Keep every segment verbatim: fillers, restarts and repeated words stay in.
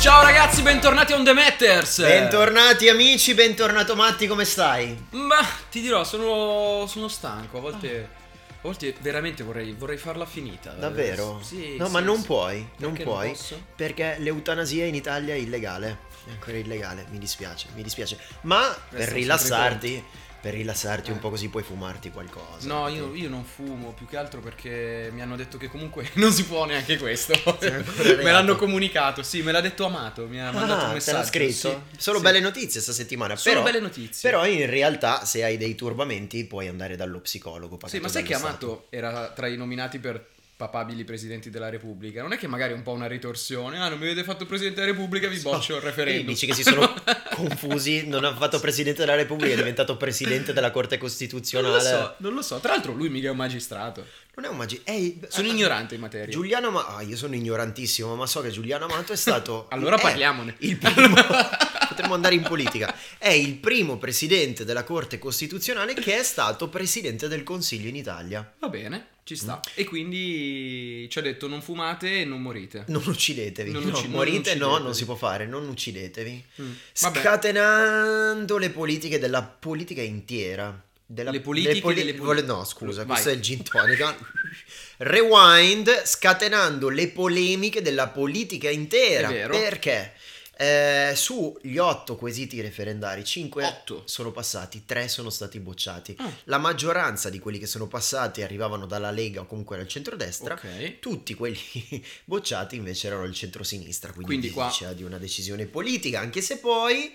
Ciao ragazzi, bentornati a On The Matters. Bentornati amici, bentornato Matti, come stai? Ma ti dirò, sono, sono stanco, a volte, a volte veramente vorrei, vorrei farla finita. Davvero? Sì. No, sì, ma non sì. puoi, non Perché puoi, non posso? perché l'eutanasia in Italia è illegale, è ancora illegale, mi dispiace, mi dispiace. Ma per Restano rilassarti, per rilassarti un po' così puoi fumarti qualcosa. No, io, io non fumo, più che altro perché mi hanno detto che comunque non si può neanche questo. Me l'hanno comunicato, sì, me l'ha detto Amato, mi ha mandato un Ah, te messaggio. l'ha scritto? Sì, Solo sì. belle notizie sta settimana. Solo però, belle notizie. Però in realtà se hai dei turbamenti puoi andare dallo psicologo pagato Sì, ma sai che dallo Stato. Amato era tra i nominati per papabili presidenti della Repubblica? Non è che magari è un po' una ritorsione? Ah, non mi avete fatto presidente della Repubblica, vi boccio il referendum. Dici che si sono confusi, non ha fatto presidente della Repubblica, è diventato presidente della Corte Non Costituzionale. lo so, non lo so. Tra l'altro lui mica è un magistrato. Non è un magi... Ehi, Sono ah, ignorante in materia. Giuliano Ma... Ah, io sono ignorantissimo, ma so che Giuliano Amato è stato... Allora è parliamone. Il primo... Potremmo andare in politica. È il primo presidente della Corte Costituzionale che è stato presidente del Consiglio in Italia. Va bene, ci sta. Mm. E quindi ci ha detto non fumate e non morite. Non uccidetevi, Non no, ucci- non morite, no, uccidetevi. non si può fare, non uccidetevi. Mm. Vabbè. Scatenando le politiche della politica intera. Della, Le politiche poli- delle poli- vole- No, scusa, Vai. questo è il gin tonic. Rewind, scatenando le polemiche della politica intera. È vero. Perché? Eh, sugli otto quesiti referendari, cinque Otto. sono passati, tre sono stati bocciati. Ah. La maggioranza di quelli che sono passati arrivavano dalla Lega o comunque dal centrodestra. Ok. Tutti quelli bocciati invece erano il centrosinistra, quindi, Quindi qua- diceva di una decisione politica, anche se poi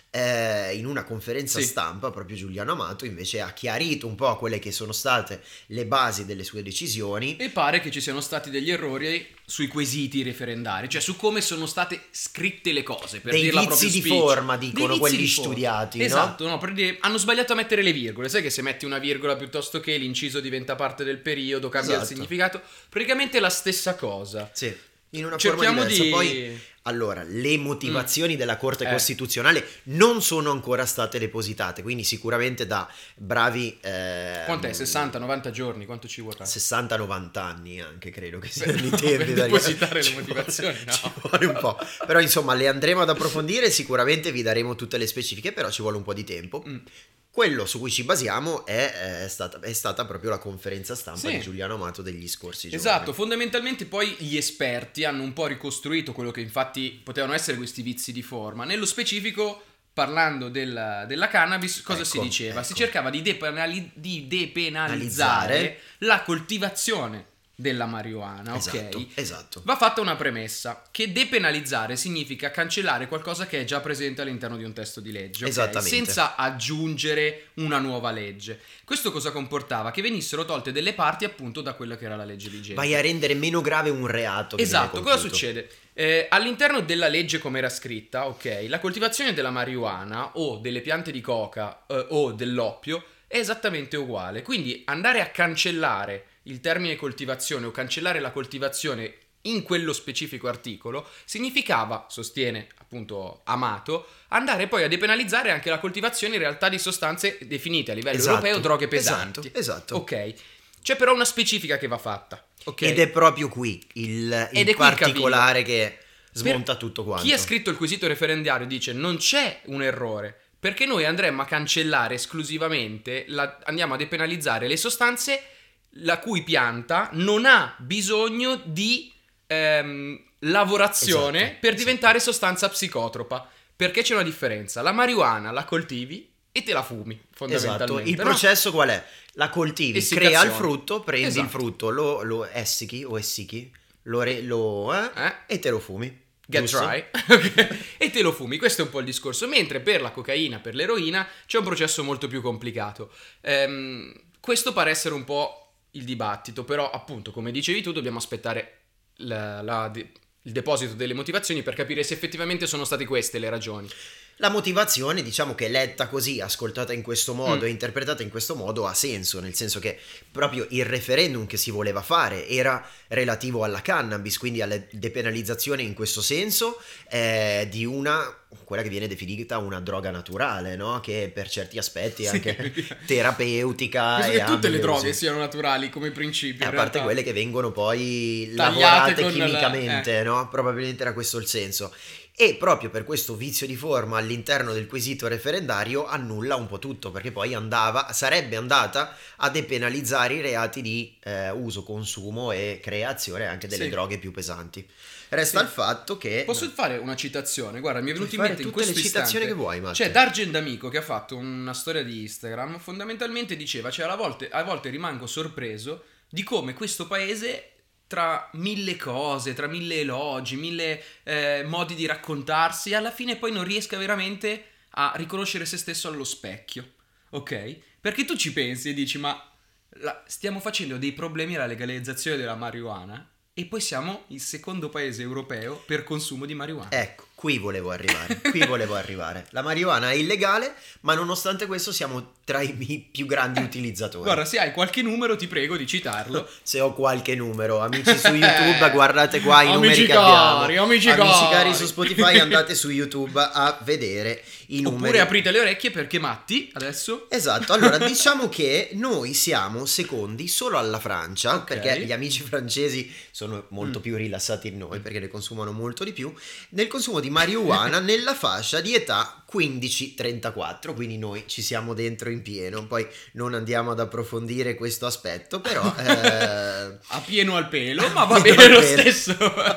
eh, in una conferenza Sì. stampa proprio Giuliano Amato invece ha chiarito un po' quelle che sono state le basi delle sue decisioni. E pare che ci siano stati degli errori sui quesiti referendari, cioè su come sono state scritte le cose. Per Dei dirla vizi proprio di speech. forma, Dei dicono vizi quelli di forma. studiati, no? Esatto, no? Per dire, hanno sbagliato a mettere le virgole. Sai che se metti una virgola piuttosto che l'inciso diventa parte del periodo, cambia il Esatto. significato. Praticamente la stessa cosa. Sì, in una Cerchiamo forma diversa. di- Poi, allora, le motivazioni della Corte Eh. Costituzionale non sono ancora state depositate, quindi sicuramente da bravi... eh, Quant'è? sessanta novanta giorni? Quanto ci vorrà? sessanta novanta anni anche credo che siano Beh, i no, tempi per da- depositare le ci vuole- motivazioni, no. ci vuole un po', però insomma le andremo ad approfondire, sicuramente vi daremo tutte le specifiche, però ci vuole un po' di tempo. Mm. Quello su cui ci basiamo è, è, stata, è stata proprio la conferenza stampa Sì. di Giuliano Amato degli scorsi giorni. Esatto, fondamentalmente poi gli esperti hanno un po' ricostruito quello che infatti potevano essere questi vizi di forma. Nello specifico, parlando della, della cannabis, cosa Ecco, si diceva? ecco. Si cercava di, depenali- di depenalizzare Analizzare. la coltivazione della marijuana, Esatto, ok? esatto. Va fatta una premessa, che depenalizzare significa cancellare qualcosa che è già presente all'interno di un testo di legge, ok? Esattamente. Senza aggiungere una nuova legge. Questo cosa comportava? Che venissero tolte delle parti appunto da quella che era la legge vigente. Vai a rendere meno grave un reato che Esatto, viene cosa compiuto. succede? Eh, all'interno della legge come era scritta, ok, la coltivazione della marijuana o delle piante di coca eh, o dell'oppio è esattamente uguale. Quindi andare a cancellare il termine coltivazione o cancellare la coltivazione in quello specifico articolo significava, sostiene appunto Amato, andare poi a depenalizzare anche la coltivazione in realtà di sostanze definite a livello Esatto, europeo droghe pesanti. esatto, esatto. Ok, c'è però una specifica che va fatta. Ok. Ed è proprio qui il, il Ed è qui il particolare che smonta Per tutto quanto. Chi ha scritto il quesito referendario dice non c'è un errore, perché noi andremo a cancellare esclusivamente, la- andiamo a depenalizzare le sostanze la cui pianta non ha bisogno di ehm, lavorazione Esatto, per esatto. diventare sostanza psicotropa, perché c'è una differenza, la marijuana la coltivi e te la fumi fondamentalmente. Esatto, il no? processo qual è? La coltivi, Essiccazione. crea il frutto, prendi Esatto. il frutto, lo, lo essichi o essichi, lo, re- lo eh, Eh? e te lo fumi. Get giusto? dry ok? E te lo fumi, questo è un po' il discorso, mentre per la cocaina, per l'eroina c'è un processo molto più complicato. Ehm, questo pare essere un po' il dibattito, però appunto come dicevi tu dobbiamo aspettare la- la- il deposito delle motivazioni per capire se effettivamente sono state queste le ragioni. La motivazione, diciamo che letta così, ascoltata in questo modo Mm. e interpretata in questo modo ha senso, nel senso che proprio il referendum che si voleva fare era relativo alla cannabis, quindi alla depenalizzazione in questo senso eh, di una quella che viene definita una droga naturale, no? Che per certi aspetti è Sì. anche terapeutica. Penso e che tutte le ampia, droghe sì. siano naturali come principio. A in parte realtà. quelle che vengono poi Tagliate lavorate con la- chimicamente, no? Probabilmente era questo il senso. E proprio per questo vizio di forma all'interno del quesito referendario annulla un po' tutto, perché poi andava, sarebbe andata a depenalizzare i reati di eh, uso, consumo e creazione anche delle Sì. droghe più pesanti. Resta Sì. il fatto che... Posso fare una citazione? Guarda, mi è venuto in Puoi mente fare in tutte le questo citazioni istante. che vuoi, Matte. C'è Dargen D'Amico che ha fatto una storia di Instagram. Fondamentalmente diceva: cioè, a volte, a volte rimango sorpreso di come questo paese, tra mille cose, tra mille elogi, mille eh, modi di raccontarsi, alla fine poi non riesca veramente a riconoscere se stesso allo specchio. Ok? Perché tu ci pensi e dici: ma la- stiamo facendo dei problemi alla legalizzazione della marijuana e poi siamo il secondo paese europeo per consumo di marijuana. Ecco, qui volevo arrivare, qui volevo arrivare. La marijuana è illegale, ma nonostante questo siamo tra i mi- più grandi utilizzatori. Guarda, se hai qualche numero ti prego di citarlo. Se ho qualche numero, amici su YouTube, guardate qua i Amici numeri che cari, abbiamo. amici cari cari. su Spotify, andate su YouTube a vedere i numeri. Oppure aprite le orecchie perché Matti adesso... Esatto, allora diciamo che noi siamo secondi solo alla Francia, Ok. perché gli amici francesi sono molto Mm. più rilassati di noi, perché ne consumano molto di più, nel consumo di marijuana nella fascia di età quindici trentaquattro, quindi noi ci siamo dentro in pieno, poi non andiamo ad approfondire questo aspetto, però... eh, A pieno al pelo, ma va A pieno bene al lo pelo. stesso.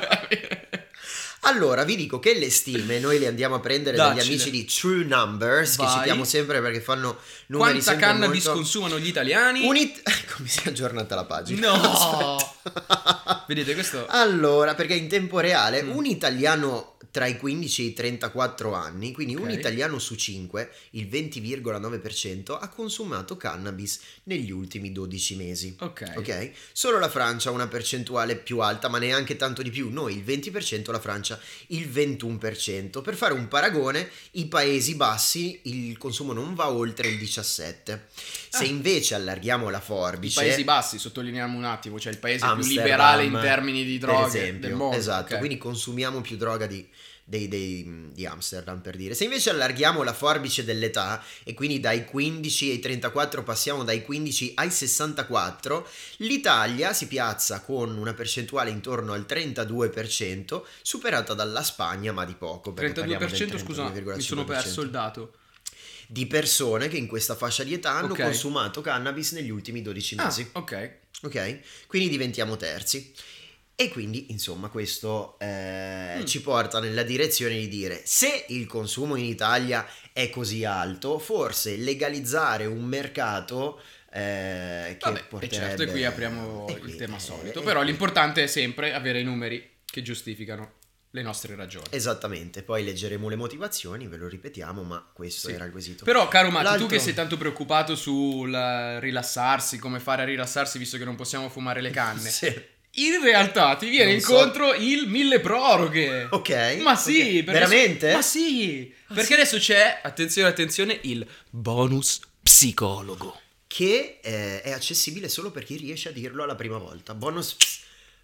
Allora, vi dico che le stime noi le andiamo a prendere dagli Daccile. amici di True Numbers, che Vai. citiamo sempre perché fanno numeri Quanta sempre cannabis molto... consumano gli italiani? Unit... Come si è aggiornata la pagina? No! Aspetta. Vedete questo? Allora, perché in tempo reale Mm. un italiano tra i quindici e i trentaquattro anni, quindi un Ok. italiano su cinque, il venti virgola nove per cento, ha consumato cannabis negli ultimi dodici mesi. Ok. Ok? Solo la Francia ha una percentuale più alta, ma neanche tanto di più. Noi il venti per cento, la Francia il ventuno per cento. Per fare un paragone, i Paesi Bassi il consumo non va oltre il diciassette per cento. Se Ah. invece allarghiamo la I forbice, Paesi Bassi, sottolineiamo un attimo, cioè il paese più Amsterdam, liberale in termini di per droghe esempio, del mondo. esatto, ok. quindi consumiamo più droga di, dei- dei- di Amsterdam, per dire. Se invece allarghiamo la forbice dell'età e quindi dai quindici ai trentaquattro passiamo dai quindici ai sessantaquattro, l'Italia si piazza con una percentuale intorno al trentadue per cento, superata dalla Spagna, ma di poco, perché trentadue per cento, parliamo del scusa, trentadue virgola mi sono cinque per cento perso il dato. di persone che in questa fascia di età hanno Ok. consumato cannabis negli ultimi dodici Ah, mesi. ok. Ok? Quindi diventiamo terzi. E quindi, insomma, questo eh, Mm. ci porta nella direzione di dire: se il consumo in Italia è così alto, forse legalizzare un mercato eh, che Vabbè, e porterebbe... certo, e qui apriamo e il qui- tema eh, solito. e Però qui- l'importante è sempre avere i numeri che giustificano le nostre ragioni. Esattamente, poi leggeremo le motivazioni, ve lo ripetiamo, ma questo Sì. era il quesito. Però, caro Matti, tu L'altro- che sei tanto preoccupato sul eh, rilassarsi, come fare a rilassarsi visto che non possiamo fumare le canne, Sì. in realtà ti viene Non so. incontro il mille proroghe. Ok. Ma sì, ok. perché- Veramente? Ma sì, Ah, perché sì? adesso c'è, attenzione, attenzione, il bonus psicologo. Che eh, è accessibile solo per chi riesce a dirlo alla prima volta. Bonus, ps-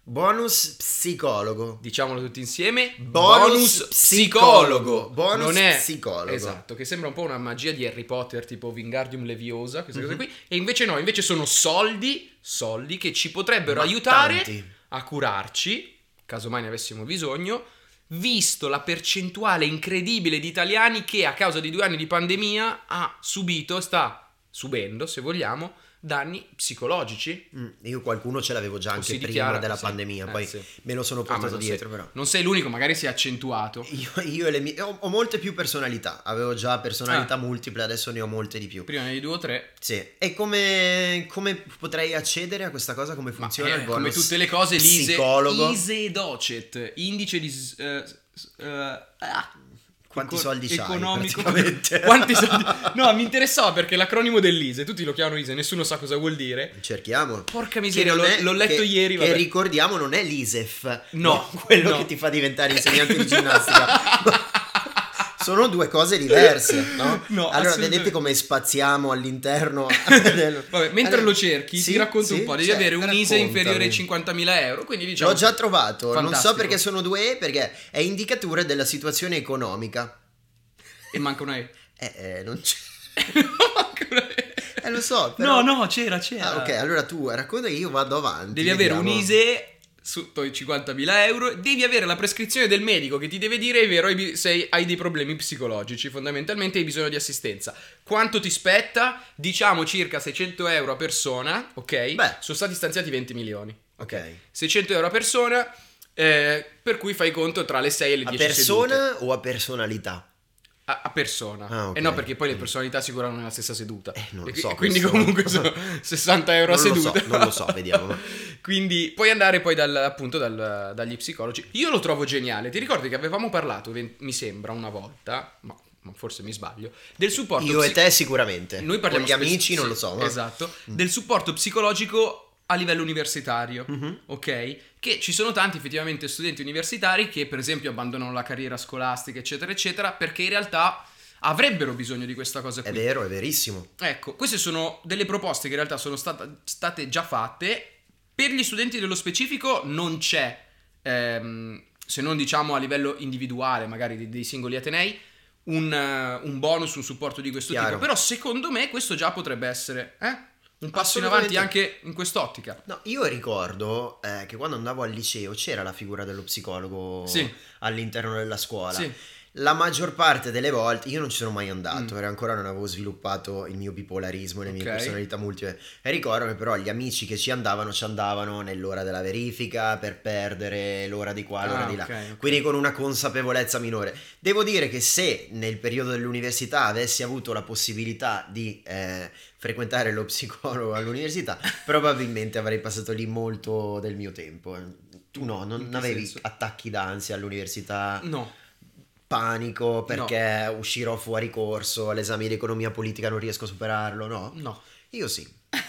bonus psicologo. Diciamolo tutti insieme. Bonus psicologo. Bonus non è psicologo. Esatto, che sembra un po' una magia di Harry Potter, tipo Wingardium Leviosa, queste Mhm. cose qui. E invece no, invece sono soldi, soldi che ci potrebbero Ma aiutare tanti. a curarci, casomai ne avessimo bisogno, visto la percentuale incredibile di italiani che a causa di due anni di pandemia ha subito, sta subendo, se vogliamo, danni psicologici. Mm, io qualcuno ce l'avevo già O anche si prima dichiara, della sì. pandemia, Eh, poi sì. me lo sono Ah, ma portato non sei- dietro però. Non sei l'unico, magari si è accentuato. Io, io e le mie, ho, ho molte più personalità, avevo già personalità Ah. multiple, adesso ne ho molte di più. Prima di due o tre. Sì. E come, come potrei accedere a questa cosa? Come Ma funziona eh, il come bonus tutte le cose, l'ISE, psicologo? ISE e Docet, indice di s- eh, s- eh, ah, Quanti eco- soldi c'hai, economico. praticamente? Quanti soldi? No, mi interessava perché l'acronimo dell'ISE, tutti lo chiamano ISE, nessuno sa cosa vuol dire. Cerchiamo. Porca Che miseria, non l'ho, è- l'ho letto che- ieri, Che vabbè. ricordiamo non è l'I S E F, No, quello no. che ti fa diventare insegnante di ginnastica. Sono due cose diverse, no? No, allora assolutamente. vedete come spaziamo all'interno del... Vabbè, mentre Allora, lo cerchi, sì, ti racconto sì, un po'. Devi cioè, avere un ISE raccontami. inferiore ai cinquantamila euro, quindi diciamo... L'ho già trovato, non so Fantastico. perché sono due E, perché è indicatore della situazione economica. E manca una E. Eh, eh non c'è. Manca una E. Eh, lo so, però... No, no, c'era, c'era. Ah, ok, allora tu racconta che io vado avanti. Devi avere vediamo. un I S E E sotto i cinquantamila euro, devi avere la prescrizione del medico che ti deve dire è vero hai bi- se hai dei problemi psicologici, fondamentalmente hai bisogno di assistenza. Quanto ti spetta? Diciamo circa seicento euro a persona, ok? Beh. Sono stati stanziati venti milioni, Ok. seicento euro a persona, eh, per cui fai conto tra le sei e le A dieci persona sedute. o a personalità? A, a persona. Ah, ok. E no, perché poi le personalità si curano nella stessa seduta. Eh, non lo E so, qui- quindi questo- comunque sono sessanta euro Non a lo seduta. so, non lo so, vediamo. Quindi puoi andare poi dal, appunto dal- dagli psicologi. Io lo trovo geniale. Ti ricordi che avevamo parlato, ven- mi sembra, una volta, ma ma forse mi sbaglio, del supporto Io e psi- te sicuramente. Noi parliamo Con gli spes- amici non sì, lo so. Ma... Esatto. Del supporto psicologico a livello universitario, Mhm. ok? Che ci sono tanti effettivamente studenti universitari che per esempio abbandonano la carriera scolastica, eccetera, eccetera, perché in realtà avrebbero bisogno di questa cosa È qui. vero, è verissimo. Ecco, queste sono delle proposte che in realtà sono stata- state già fatte. Per gli studenti dello specifico non c'è, ehm, se non diciamo a livello individuale, magari dei, dei singoli atenei, un, eh, un bonus, un supporto di questo Chiaro. tipo. Però secondo me questo già potrebbe essere eh, un passo in Assolutamente. avanti anche in quest'ottica. No, io ricordo eh, che quando andavo al liceo c'era la figura dello psicologo Sì. all'interno della scuola. Sì. La maggior parte delle volte io non ci sono mai andato, Mm. perché ancora non avevo sviluppato il mio bipolarismo e le mie Ok. personalità multiple. E ricordo che però gli amici che ci andavano ci andavano nell'ora della verifica per perdere l'ora di qua, l'ora Ah, di là. ok, ok. Quindi con una consapevolezza minore. Devo dire che se nel periodo dell'università avessi avuto la possibilità di eh, frequentare lo psicologo all'università, probabilmente avrei passato lì molto del mio tempo. Tu no, In non che avevi senso? attacchi d'ansia all'università? No. Panico perché uscirò fuori corso, all'esame di economia politica non riesco a superarlo, no? No. Io sì.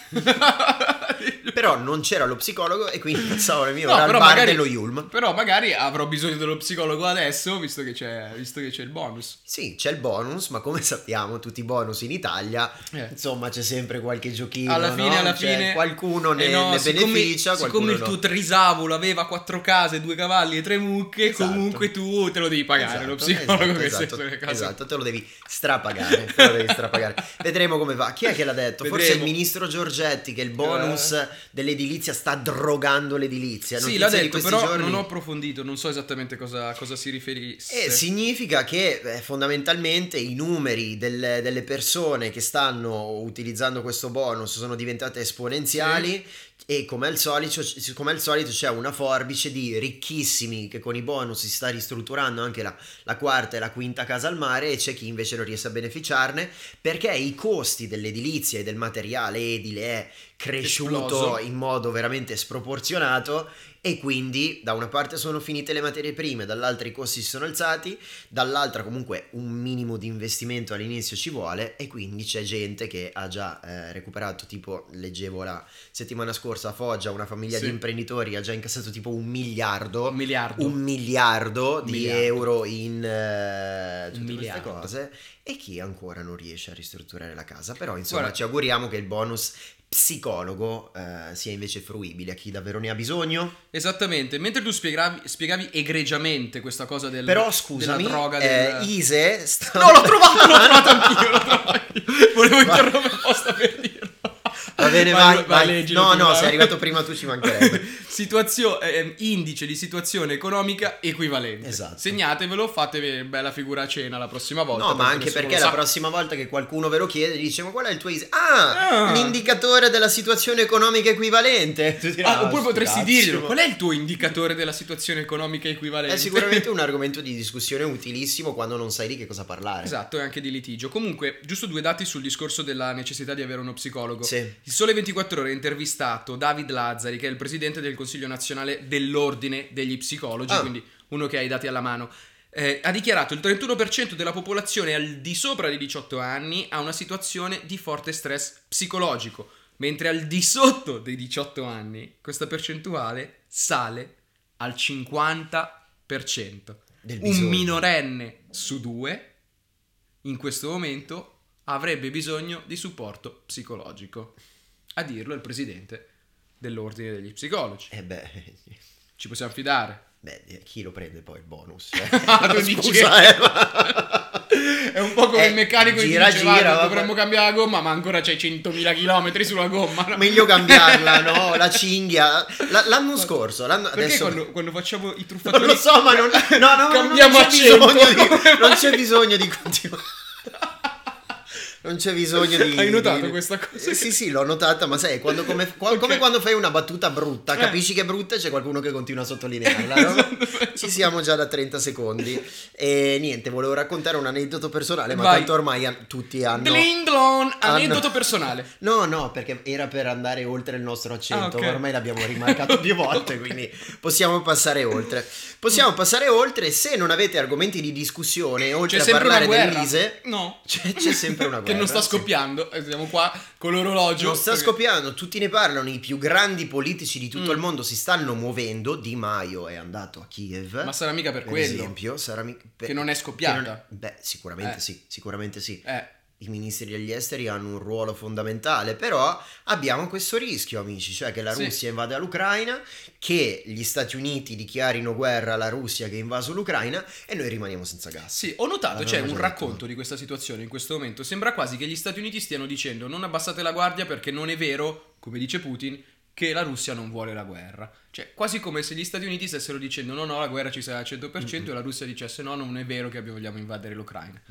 Però non c'era lo psicologo e quindi passavo le mie No, ore al però bar magari- dello Yulm. Però magari avrò bisogno dello psicologo adesso, visto che c'è, visto che c'è il bonus. Sì, c'è il bonus, ma come sappiamo tutti i bonus in Italia, Eh. insomma c'è sempre qualche giochino, Alla fine, no? alla Cioè, fine qualcuno ne, eh no, ne siccome- beneficia, siccome qualcuno il no. tuo trisavolo aveva quattro case, due cavalli e tre mucche, Esatto. comunque tu te lo devi pagare Esatto, lo psicologo esatto, che esatto, sei sulle case. esatto, te lo devi strapagare, te lo devi strapagare. Vedremo come va. Chi è che l'ha detto? Forse Vedremo. il ministro Giorgetti che il bonus Eh. dell'edilizia sta drogando l'edilizia. Sì, Notizie l'ha di detto, questi però giorni. non ho approfondito, non so esattamente cosa, cosa si riferisse. Eh, significa che eh, fondamentalmente i numeri del- delle persone che stanno utilizzando questo bonus sono diventate esponenziali e come al solito, come al solito c'è una forbice di ricchissimi che con i bonus si sta ristrutturando anche la, la quarta e la quinta casa al mare e c'è chi invece non riesce a beneficiarne perché i costi dell'edilizia e del materiale edile è cresciuto Esploso. in modo veramente sproporzionato e quindi da una parte sono finite le materie prime, dall'altra i costi si sono alzati, dall'altra comunque un minimo di investimento all'inizio ci vuole e quindi c'è gente che ha già eh, recuperato, tipo leggevo la settimana scorsa a Foggia una famiglia Sì. di imprenditori ha già incassato tipo un miliardo, Un miliardo. un miliardo Un di miliardo. euro in eh, tutte Un queste miliardo. cose e chi ancora non riesce a ristrutturare la casa, però insomma Guarda- ci auguriamo che il bonus psicologo eh, sia invece fruibile a chi davvero ne ha bisogno. Esattamente, mentre tu spiegavi, spiegavi egregiamente questa cosa del, Però scusami, della droga eh, del... I S E E sta... No, l'ho trovato, l'ho trovato anch'io, l'ho trovato anch'io. Volevo interrompere apposta per dirlo. Va bene, vai, vai. leggilo, No, ti no, prego. sei arrivato prima tu, ci mancherebbe. Situazio- eh, indice di situazione economica equivalente. Esatto. Segnatevelo, fatevi bella figura a cena la prossima volta. No, ma anche nessuno perché lo la sa. prossima volta che qualcuno ve lo chiede dice ma qual è il tuo I S E E? Ah, Ah. l'indicatore della situazione economica equivalente. Tu dirai, Ah, "Ah, oppure potresti cazzo". dirglielo, qual è il tuo indicatore della situazione economica equivalente? È sicuramente un argomento di discussione utilissimo quando non sai di che cosa parlare. Esatto, e anche di litigio. Comunque, giusto due dati sul discorso della necessità di avere uno psicologo. Sì. Il Sole ventiquattro Ore ha intervistato David Lazzari, che è il presidente del Consiglio Nazionale dell'Ordine degli Psicologi, Ah. quindi uno che ha i dati alla mano. Eh, ha dichiarato il trentuno per cento della popolazione al di sopra di diciotto anni ha una situazione di forte stress psicologico, mentre al di sotto dei diciotto anni questa percentuale sale al cinquanta per cento. Del Un bisogno. minorenne su due in questo momento avrebbe bisogno di supporto psicologico. A dirlo il presidente dell'ordine degli psicologi. Eh beh, Ci possiamo fidare? beh, chi lo prende poi il bonus? Cioè, Ah, tu dici scusa, eh, ma... È un po' come Eh, il meccanico che gira, dice gira, "Guarda, va- dovremmo cambiare la gomma, ma ancora c'hai centomila chilometri sulla gomma, no?" Meglio cambiarla, no? La cinghia. La- l'anno scorso, l'anno, Perché adesso... quando, quando facciamo i truffatori Non lo so, ma non, no, no, cambiamo non c'è accento. bisogno di, non c'è bisogno di continuare. Non c'è bisogno di... Hai notato di- questa cosa? Eh, sì, sì, l'ho notata, ma sai, quando, come, qua- Ok. come quando fai una battuta brutta, Eh. capisci che è brutta e c'è qualcuno che continua a sottolinearla, no? Esatto. Ci siamo già da trenta secondi. E niente, volevo raccontare un aneddoto personale, ma Vai. tanto ormai han- tutti hanno... Dling-dlon, hanno- aneddoto personale. No, no, perché era per andare oltre il nostro accento, Ah, ok. ormai l'abbiamo rimarcato più volte, quindi possiamo passare oltre. Possiamo passare oltre, se non avete argomenti di discussione, oltre C'è a sempre una parlare guerra. dell'Ise, No. c'è, c'è sempre una guerra. Che non sta sì. scoppiando. Eh, Siamo qua con l'orologio. Non sta perché- scoppiando, tutti ne parlano, i più grandi politici di tutto Mm. il mondo si stanno muovendo, Di Maio è andato a Kiev. Ma sarà mica per, per quello. esempio, sarà mi- per- Che non è scoppiata. che non- Beh, sicuramente Eh. sì, sicuramente sì. Eh. I ministri degli esteri hanno un ruolo fondamentale, però abbiamo questo rischio, amici, cioè che la Sì. Russia invada l'Ucraina, che gli Stati Uniti dichiarino guerra alla Russia che ha invaso l'Ucraina e noi rimaniamo senza gas. Sì, ho notato, L'avevamo c'è già un detto. racconto di questa situazione in questo momento. Sembra quasi che gli Stati Uniti stiano dicendo non abbassate la guardia perché non è vero, come dice Putin, che la Russia non vuole la guerra. Cioè, quasi come se gli Stati Uniti stessero dicendo no, no, la guerra ci sarà al cento per cento Mm-mm. e la Russia dicesse no, non è vero che vogliamo invadere l'Ucraina.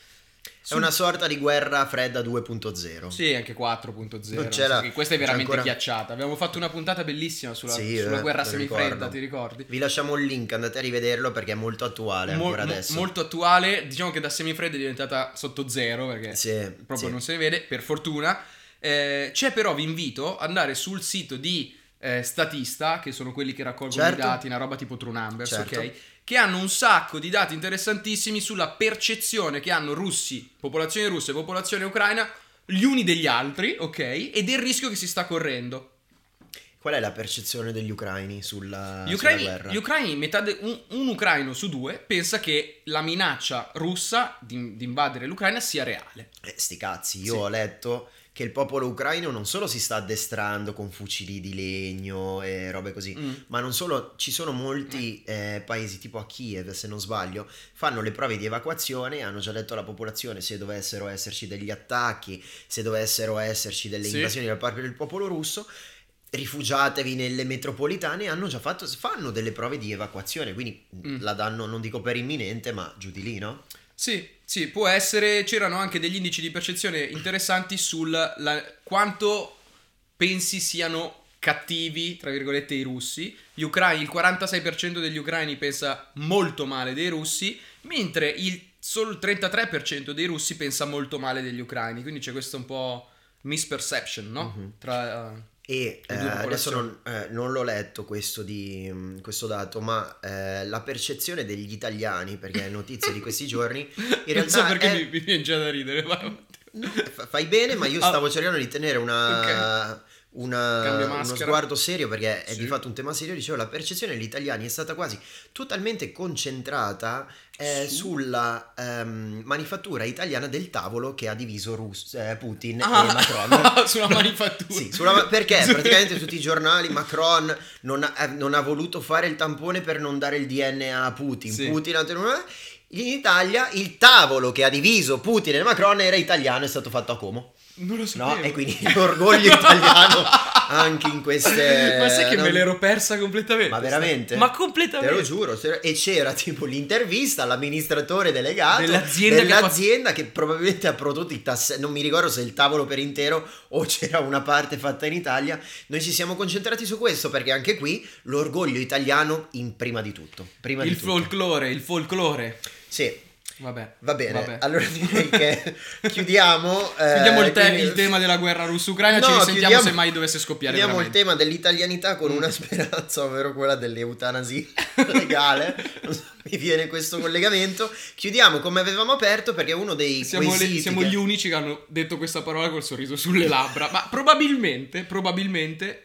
È una sorta di guerra fredda due punto zero. Sì, anche quattro punto zero. Non c'è la- Sì, questa è c'è veramente ancora- ghiacciata. Abbiamo fatto una puntata bellissima sulla, Sì, sulla eh, guerra me lo semifredda, ricordo. ti ricordi? Vi lasciamo il link, andate a rivederlo perché è molto attuale Mo- ancora mo- adesso. molto attuale, diciamo che da semifredda è diventata sotto zero perché Sì, proprio sì. non se ne vede, per fortuna. Eh, c'è però, vi invito ad andare sul sito di eh, Statista, che sono quelli che raccolgono Certo. i dati, una roba tipo True Numbers, Certo. ok? Che hanno un sacco di dati interessantissimi sulla percezione che hanno russi, popolazione russa e popolazione ucraina, gli uni degli altri, ok? E del rischio che si sta correndo. Qual è la percezione degli ucraini sulla, Gli sulla ucraini, guerra? gli ucraini metà de- un, un ucraino su due pensa che la minaccia russa di, di invadere l'Ucraina sia reale. Eh, sti cazzi, io Sì. ho letto che il popolo ucraino non solo si sta addestrando con fucili di legno e robe così, Mm. ma non solo, ci sono molti eh, paesi tipo a Kiev, se non sbaglio, fanno le prove di evacuazione e hanno già detto alla popolazione se dovessero esserci degli attacchi, se dovessero esserci delle Sì. invasioni da parte del popolo russo, rifugiatevi nelle metropolitane, hanno già fatto, fanno delle prove di evacuazione, quindi Mm. la danno, non dico per imminente, ma giù di lì, no? Sì, sì, può essere. C'erano anche degli indici di percezione interessanti sul la- quanto pensi siano cattivi, tra virgolette, i russi. Gli ucraini, il quarantasei per cento degli ucraini pensa molto male dei russi, mentre il, solo il trentatré per cento dei russi pensa molto male degli ucraini. Quindi c'è questo un po' misperception, no? Mhm. Tra, eh, E Le eh, due adesso popolazioni. non, eh, non l'ho letto questo, di, mh, questo dato, ma eh, la percezione degli italiani, perché è notizia di questi giorni, in non realtà so perché è- mi, mi viene già da ridere. vai avanti. no, fa- fai bene, ma io Ah. stavo cercando di tenere una, una- Cambio uno maschera. sguardo serio, perché è Sì. di fatto un tema serio. Dicevo, la percezione degli italiani è stata quasi totalmente concentrata eh, Su? sulla ehm, manifattura italiana del tavolo che ha diviso Rus- eh, Putin e Ah, Macron. sulla manifattura. Sì, sulla- perché praticamente tutti i giornali Macron non ha, eh, non ha voluto fare il tampone per non dare il D N A a Putin. Sì. Putin ha tenuto- in Italia il tavolo che ha diviso Putin e Macron era italiano, è stato fatto a Como. Non lo sapevo. No? E quindi l'orgoglio italiano anche in queste... Ma sai che no? me l'ero persa completamente? Ma veramente? Ma Te completamente. lo giuro, se- e c'era tipo l'intervista all'amministratore delegato Dell'azienda che ha dell'azienda che, probabilmente ha prodotto i tasselli, non mi ricordo se il tavolo per intero o c'era una parte fatta in Italia. Noi ci siamo concentrati su questo perché anche qui l'orgoglio italiano in prima di tutto. Prima Il di tutto. folklore, il folklore. Sì, Vabbè. va bene. vabbè. Allora direi che chiudiamo. eh, Chiudiamo il, te- quindi- il tema della guerra russo-ucraina, No, ci risentiamo chiudiamo- se mai dovesse scoppiare Chiudiamo il veramente. tema dell'italianità con una speranza, ovvero quella dell'eutanasia legale. Non so, mi viene questo collegamento. Chiudiamo come avevamo aperto perché uno dei Siamo, le- quesiti siamo che- gli unici che hanno detto questa parola col sorriso sulle labbra. Ma probabilmente, probabilmente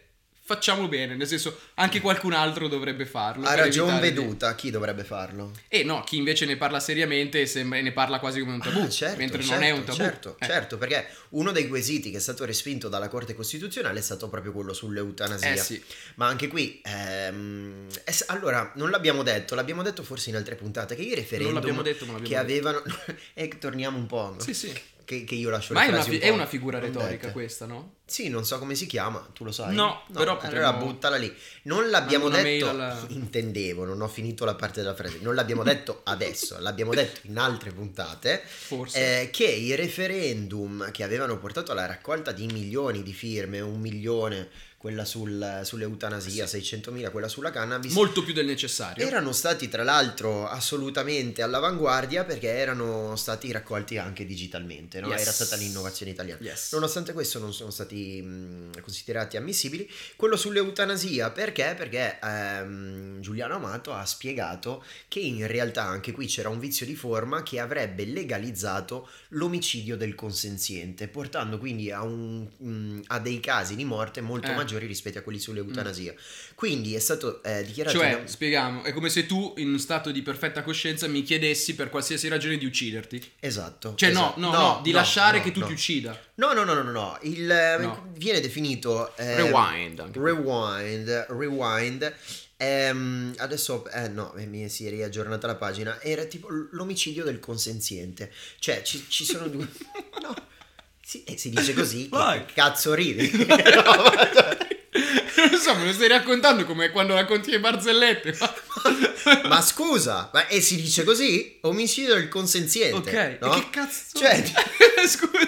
facciamo bene, nel senso anche qualcun altro dovrebbe farlo. Ha per ragion evitare veduta, chi dovrebbe farlo? di- E no, chi invece ne parla seriamente sembra- ne parla quasi come un tabù, Ah, certo, mentre certo, non è un tabù. Certo, Eh. certo, perché uno dei quesiti che è stato respinto dalla Corte Costituzionale è stato proprio quello sull'eutanasia. Eh sì. Ma anche qui, ehm, è s- allora, non l'abbiamo detto, l'abbiamo detto forse in altre puntate, che i referendum Non l'abbiamo detto, ma l'abbiamo che detto. avevano... e torniamo un po', no? Sì, sì. Che, che io lascio Ma le è una, frasi fi- un è po' una figura non retorica dette. questa, no? Sì, non so come si chiama, tu lo sai? No, però allora potremmo- buttala lì. Non l'abbiamo Mando una detto, mail alla- intendevo, non ho finito la parte della frase, non l'abbiamo detto adesso, l'abbiamo detto in altre puntate, Forse. eh, che i referendum che avevano portato alla raccolta di milioni di firme, un milione, quella sul, sull'eutanasia, seicentomila, quella sulla cannabis, Molto più del necessario. erano stati tra l'altro assolutamente all'avanguardia perché erano stati raccolti anche digitalmente, no? Yes. Era stata l'innovazione italiana. Yes. Nonostante questo non sono stati mh, considerati ammissibili. Quello sull'eutanasia perché? Perché ehm, Giuliano Amato ha spiegato che in realtà anche qui c'era un vizio di forma che avrebbe legalizzato l'omicidio del consenziente, portando quindi a, un, mh, a dei casi di morte molto Eh. maggiori rispetto a quelli sull'eutanasia. Quindi è stato eh, dichiarato... Cioè, in- spieghiamo, è come se tu in stato di perfetta coscienza mi chiedessi per qualsiasi ragione di ucciderti. Esatto. Cioè esatto. no, no, no, di lasciare no, che tu no. ti uccida. No, no, no, no, no, no. Il, eh, No. viene definito... eh, Rewind anche. Rewind, rewind. Ehm, adesso, eh no, eh, mi si è riaggiornata la pagina. Era tipo l'omicidio del consenziente. Cioè, ci, ci sono due... No, sì, eh, si dice così. Vai. Che cazzo ridi? No, ma- Non so, me lo stai raccontando come quando racconti le barzellette. Ma... Ma scusa, ma e si dice così? Omicidio del consenziente. Ok, no? e che cazzo? Cioè, Scusa.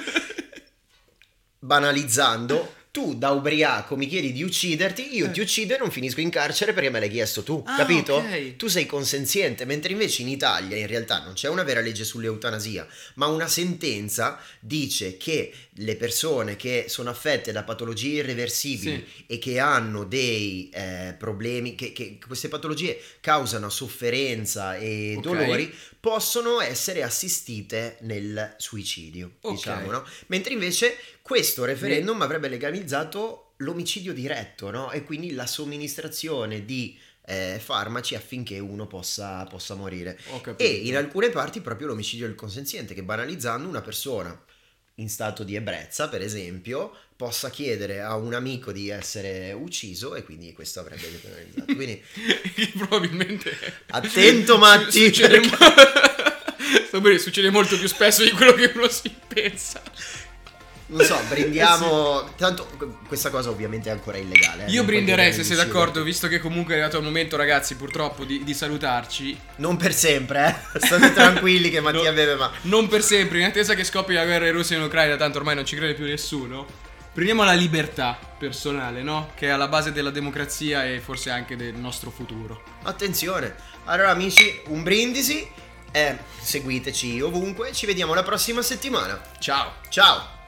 banalizzando, tu da ubriaco mi chiedi di ucciderti, io Eh. ti uccido e non finisco in carcere perché me l'hai chiesto tu, Ah, capito? ok. Tu sei consenziente, mentre invece in Italia in realtà non c'è una vera legge sull'eutanasia, ma una sentenza dice che le persone che sono affette da patologie irreversibili e che hanno dei eh, problemi, che, che queste patologie causano sofferenza e Ok. dolori, possono essere assistite nel suicidio, Ok. diciamo, no? Mentre invece questo referendum avrebbe legalizzato l'omicidio diretto, no? E quindi la somministrazione di eh, farmaci affinché uno possa, possa morire. Ho capito. E in alcune parti proprio l'omicidio del consenziente, che banalizzando una persona in stato di ebbrezza, per esempio, possa chiedere a un amico di essere ucciso e quindi questo avrebbe depenalizzato. Quindi Che probabilmente attento, Matti, succede, perché- Sto bene, succede molto più spesso di quello che uno si pensa. non so, brindiamo. Tanto questa cosa ovviamente è ancora illegale. eh, Io non puoi brinderei, chiedere se di sei uccidere. d'accordo, visto che comunque è arrivato il momento, ragazzi, purtroppo di, di salutarci. Non per sempre, eh. State tranquilli che Mattia No. beve, ma Non per sempre, in attesa che scoppi la guerra in Russia e in Ucraina, tanto ormai non ci crede più nessuno. Prendiamo la libertà personale, no? Che è alla base della democrazia e forse anche del nostro futuro. attenzione. Allora amici, un brindisi e seguiteci ovunque. Ci vediamo la prossima settimana. Ciao! Ciao.